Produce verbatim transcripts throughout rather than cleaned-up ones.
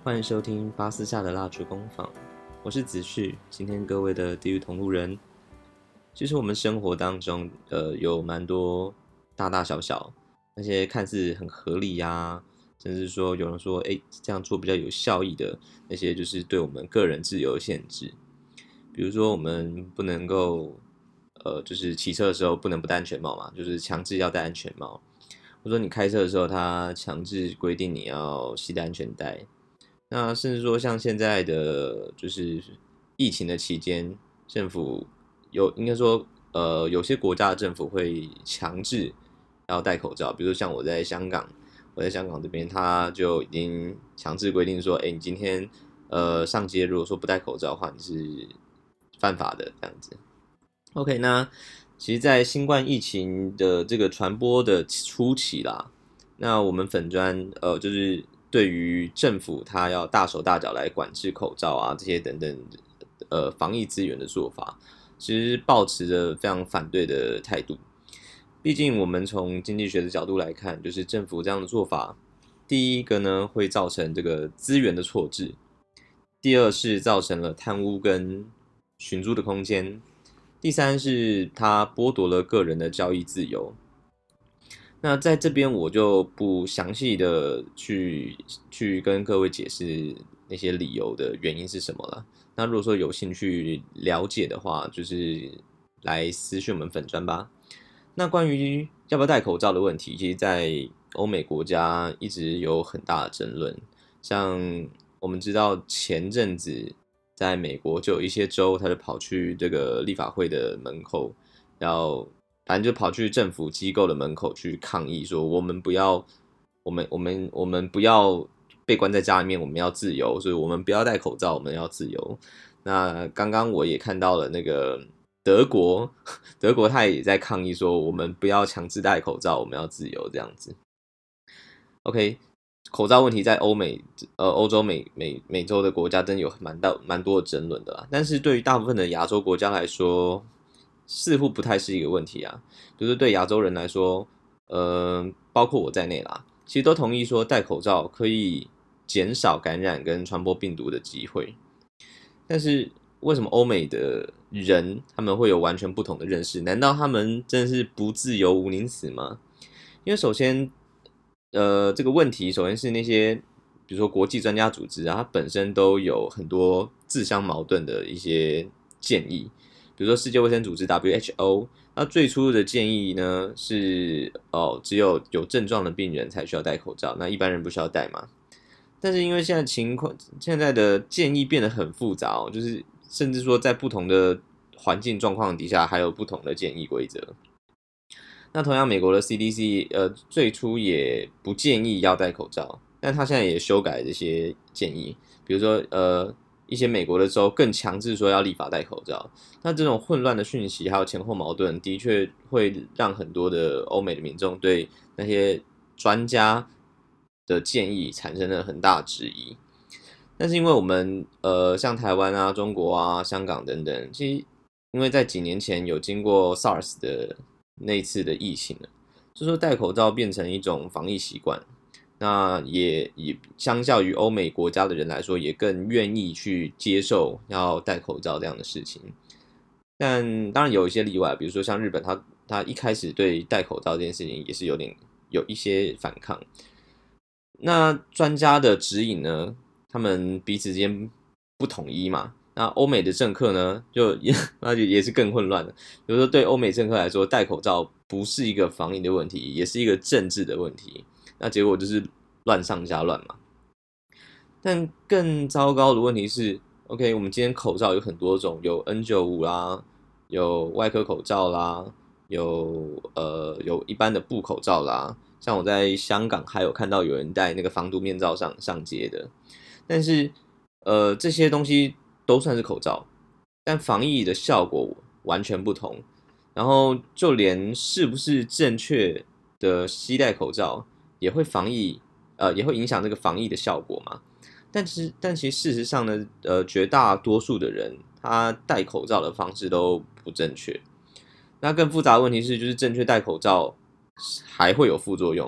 欢迎收听巴斯夏的蜡烛工坊，我是子旭，今天各位的地狱同路人。其实我们生活当中，呃，有蛮多大大小小那些看似很合理呀、啊，甚至说有人说，哎，这样做比较有效益的那些，就是对我们个人自由的限制。比如说，我们不能够，呃，就是骑车的时候不能不戴安全帽嘛，就是强制要戴安全帽。或者说你开车的时候，他强制规定你要系戴安全带。那甚至说，像现在的就是疫情的期间，政府有应该说，呃，有些国家的政府会强制要戴口罩，比如像我在香港，我在香港这边，他就已经强制规定说，哎，你今天呃上街如果说不戴口罩的话，你是犯法的这样子。OK，那其实，在新冠疫情的这个传播的初期啦，那我们粉专呃，就是对于政府它要大手大脚来管制口罩啊这些等等呃防疫资源的做法，其实抱持着非常反对的态度。毕竟我们从经济学的角度来看，就是政府这样的做法，第一个呢会造成这个资源的错置，第二是造成了贪污跟寻租的空间。第三是它剥夺了个人的交易自由。那在这边我就不详细的去去跟各位解释那些理由的原因是什么了。那如果说有兴趣了解的话，就是来私讯我们粉专吧。那关于要不要戴口罩的问题，其实在欧美国家一直有很大的争论。像我们知道前阵子在美国就有一些州，他就跑去这个立法会的门口，要反正就跑去政府机构的门口去抗议，说我们不要，我们我们我们不要被关在家里面，我们要自由，所以我们不要戴口罩，我们要自由。那刚刚我也看到了那个德国，德国他也在抗议说，我们不要强制戴口罩，我们要自由这样子。OK，口罩问题在欧美、呃欧洲美美美洲的国家真有蛮大蛮多的争论的啦，但是对于大部分的亚洲国家来说，似乎不太是一个问题啊。就是对亚洲人来说，呃，包括我在内啦，其实都同意说戴口罩可以减少感染跟传播病毒的机会。但是为什么欧美的人他们会有完全不同的认识？难道他们真的是不自由无宁死吗？因为首先，呃，这个问题首先是那些，比如说国际专家组织啊，它本身都有很多自相矛盾的一些建议。比如说世界卫生组织 W H O， 那最初的建议呢是，哦，只有有症状的病人才需要戴口罩，那一般人不需要戴嘛。但是因为现在情况，现在的建议变得很复杂哦，就是甚至说在不同的环境状况底下，还有不同的建议规则。那同样，美国的 C D C 呃最初也不建议要戴口罩，但他现在也修改这些建议，比如说呃一些美国的州更强制说要立法戴口罩。那这种混乱的讯息还有前后矛盾，的确会让很多的欧美的民众对那些专家的建议产生了很大的质疑。但是因为我们呃像台湾啊、中国啊、香港等等，其实因为在几年前有经过 SARS 的那一次的疫情了，就说戴口罩变成一种防疫习惯，那也也相较于欧美国家的人来说，也更愿意去接受要戴口罩这样的事情。但当然有一些例外，比如说像日本他，他一开始对戴口罩这件事情也是有点有一些反抗。那专家的指引呢，他们彼此之间不统一嘛。那欧美的政客呢，就也那就也是更混乱了。比如说，对欧美政客来说，戴口罩不是一个防疫的问题，也是一个政治的问题。那结果就是乱上加乱嘛。但更糟糕的问题是 ，OK， 我们今天口罩有很多种，有 N 九十五 啦，有外科口罩啦，有呃有一般的布口罩啦。像我在香港还有看到有人戴那个防毒面罩上上街的，但是呃这些东西都算是口罩，但防疫的效果完全不同。然后就连是不是正确的携带口罩也会防疫，呃也会影响这个防疫的效果嘛。但是但其实事实上呢，呃绝大多数的人他戴口罩的方式都不正确。那更复杂的问题是，就是正确戴口罩还会有副作用，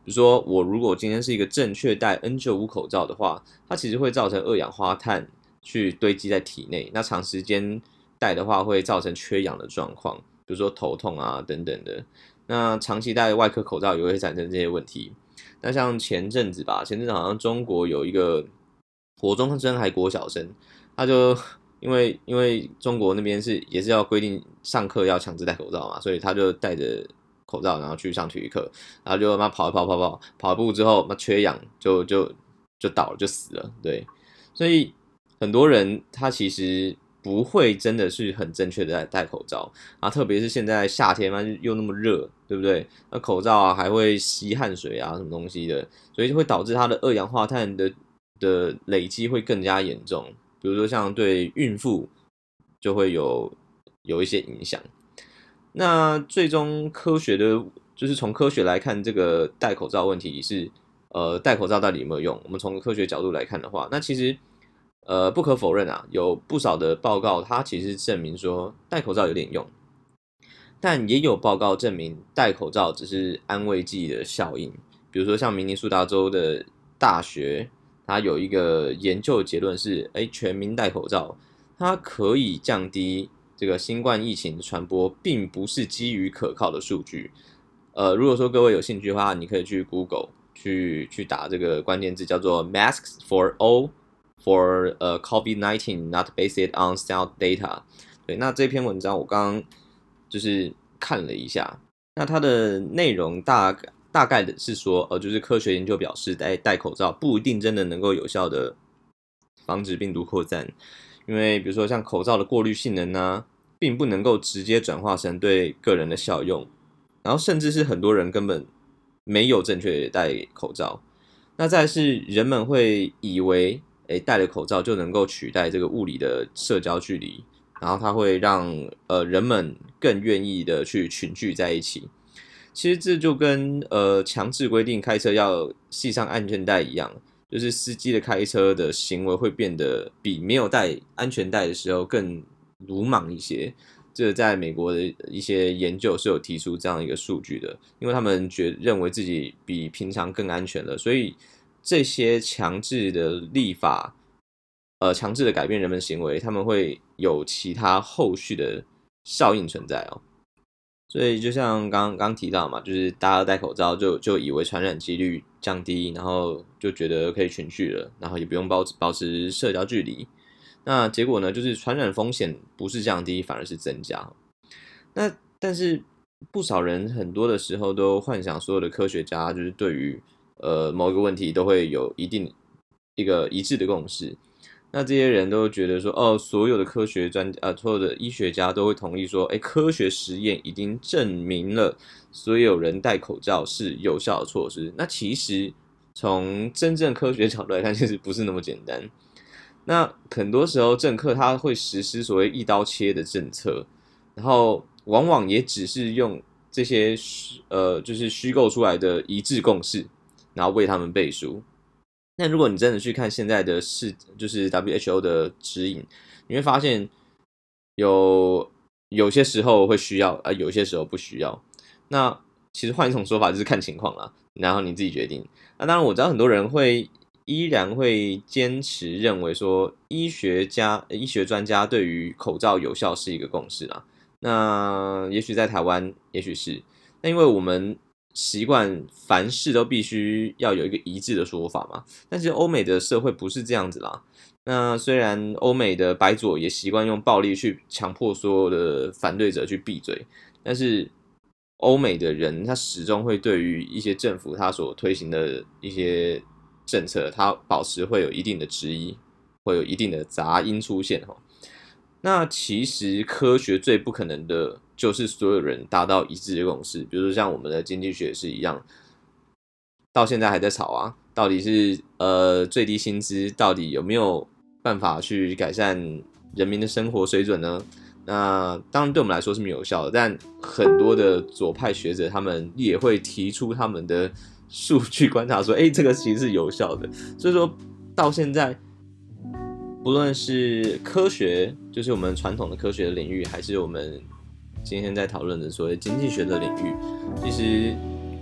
比如说我如果今天是一个正确戴 N 九十五 口罩的话，它其实会造成二氧化碳去堆积在体内，那长时间戴的话会造成缺氧的状况，比如说头痛啊等等的。那长期戴外科口罩也会产生这些问题。那像前阵子吧，前阵子好像中国有一个国中生还国小生，他就因为因为中国那边是也是要规定上课要强制戴口罩嘛，所以他就戴着口罩然后去上体育课，然后就妈跑跑跑跑跑步之后，妈缺氧就就就倒了就死了，对，所以很多人他其实不会真的是很正确的戴戴口罩啊，特别是现在夏天嘛又那么热，对不对？那口罩啊还会吸汗水啊什么东西的，所以就会导致它的二氧化碳的的累积会更加严重。比如说像对孕妇就会有有一些影响。那最终科学的，就是从科学来看，这个戴口罩问题是，呃，戴口罩到底有没有用？我们从科学角度来看的话，那其实，呃，不可否认啊，有不少的报告，它其实证明说戴口罩有点用，但也有报告证明戴口罩只是安慰剂的效应。比如说像明尼苏达州的大学，它有一个研究结论是，哎，全民戴口罩，它可以降低这个新冠疫情的传播，并不是基于可靠的数据。呃，如果说各位有兴趣的话，你可以去 Google 去去打这个关键字，叫做 Masks for all for 呃 COVID nineteen not based on sound data。对，那这篇文章我刚刚就是看了一下，那它的内容大大概的是说，呃，就是科学研究表示，戴戴口罩不一定真的能够有效的防止病毒扩散。因为比如说像口罩的过滤性能啊，并不能够直接转化成对个人的效用，然后甚至是很多人根本没有正确戴口罩。那再来是人们会以为，诶，戴了口罩就能够取代这个物理的社交距离，然后它会让呃人们更愿意的去群聚在一起。其实这就跟呃强制规定开车要系上安全带一样。就是司机的开车的行为会变得比没有戴安全带的时候更鲁莽一些。这在美国的一些研究是有提出这样一个数据的，因为他们觉认为自己比平常更安全了，所以这些强制的立法，呃，强制的改变人们行为，他们会有其他后续的效应存在哦。所以就像刚刚提到嘛，就是大家戴口罩就就以为传染几率降低，然后就觉得可以群聚了，然后也不用保持保持社交距离。那结果呢，就是传染风险不是降低，反而是增加。那但是不少人很多的时候都幻想所有的科学家就是对于呃某一个问题都会有一定一个一致的共识。那这些人都觉得说，哦，所有的科学专呃，所有的医学家都会同意说，哎，科学实验已经证明了所有人戴口罩是有效的措施。那其实从真正科学角度来看，其实不是那么简单。那很多时候政客他会实施所谓一刀切的政策，然后往往也只是用这些呃，就是虚构出来的一致共识，然后为他们背书。那如果你真的去看现在的世，就是 W H O 的指引，你会发现有有些时候会需要，啊、呃，有些时候不需要。那其实换一种说法就是看情况啦，然后你自己决定。那当然我知道很多人会依然会坚持认为说，医学家、医学专家对于口罩有效是一个共识啦。那也许在台湾，也许是，那因为我们习惯凡事都必须要有一个一致的说法嘛，但是欧美的社会不是这样子啦。那虽然欧美的白左也习惯用暴力去强迫所有的反对者去闭嘴，但是欧美的人他始终会对于一些政府他所推行的一些政策，他保持会有一定的质疑，会有一定的杂音出现齁。那其实科学最不可能的就是所有人达到一致的共识，比如说像我们的经济学是一样，到现在还在吵啊，到底是呃最低薪资到底有没有办法去改善人民的生活水准呢？那当然对我们来说是没有效的，但很多的左派学者他们也会提出他们的数据观察说，哎，这个其实是有效的。所以说到现在，不论是科学，就是我们传统的科学的领域，还是我们今天在讨论的所谓经济学的领域，其实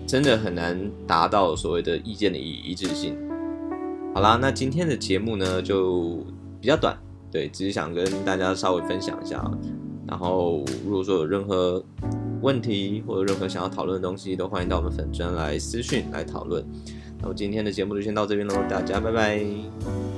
真的很难达到所谓的意见的一致性。好啦，那今天的节目呢就比较短，对，只是想跟大家稍微分享一下。然后如果说有任何问题或者任何想要讨论的东西，都欢迎到我们粉专来私讯来讨论。那我今天的节目就先到这边喽，大家拜拜。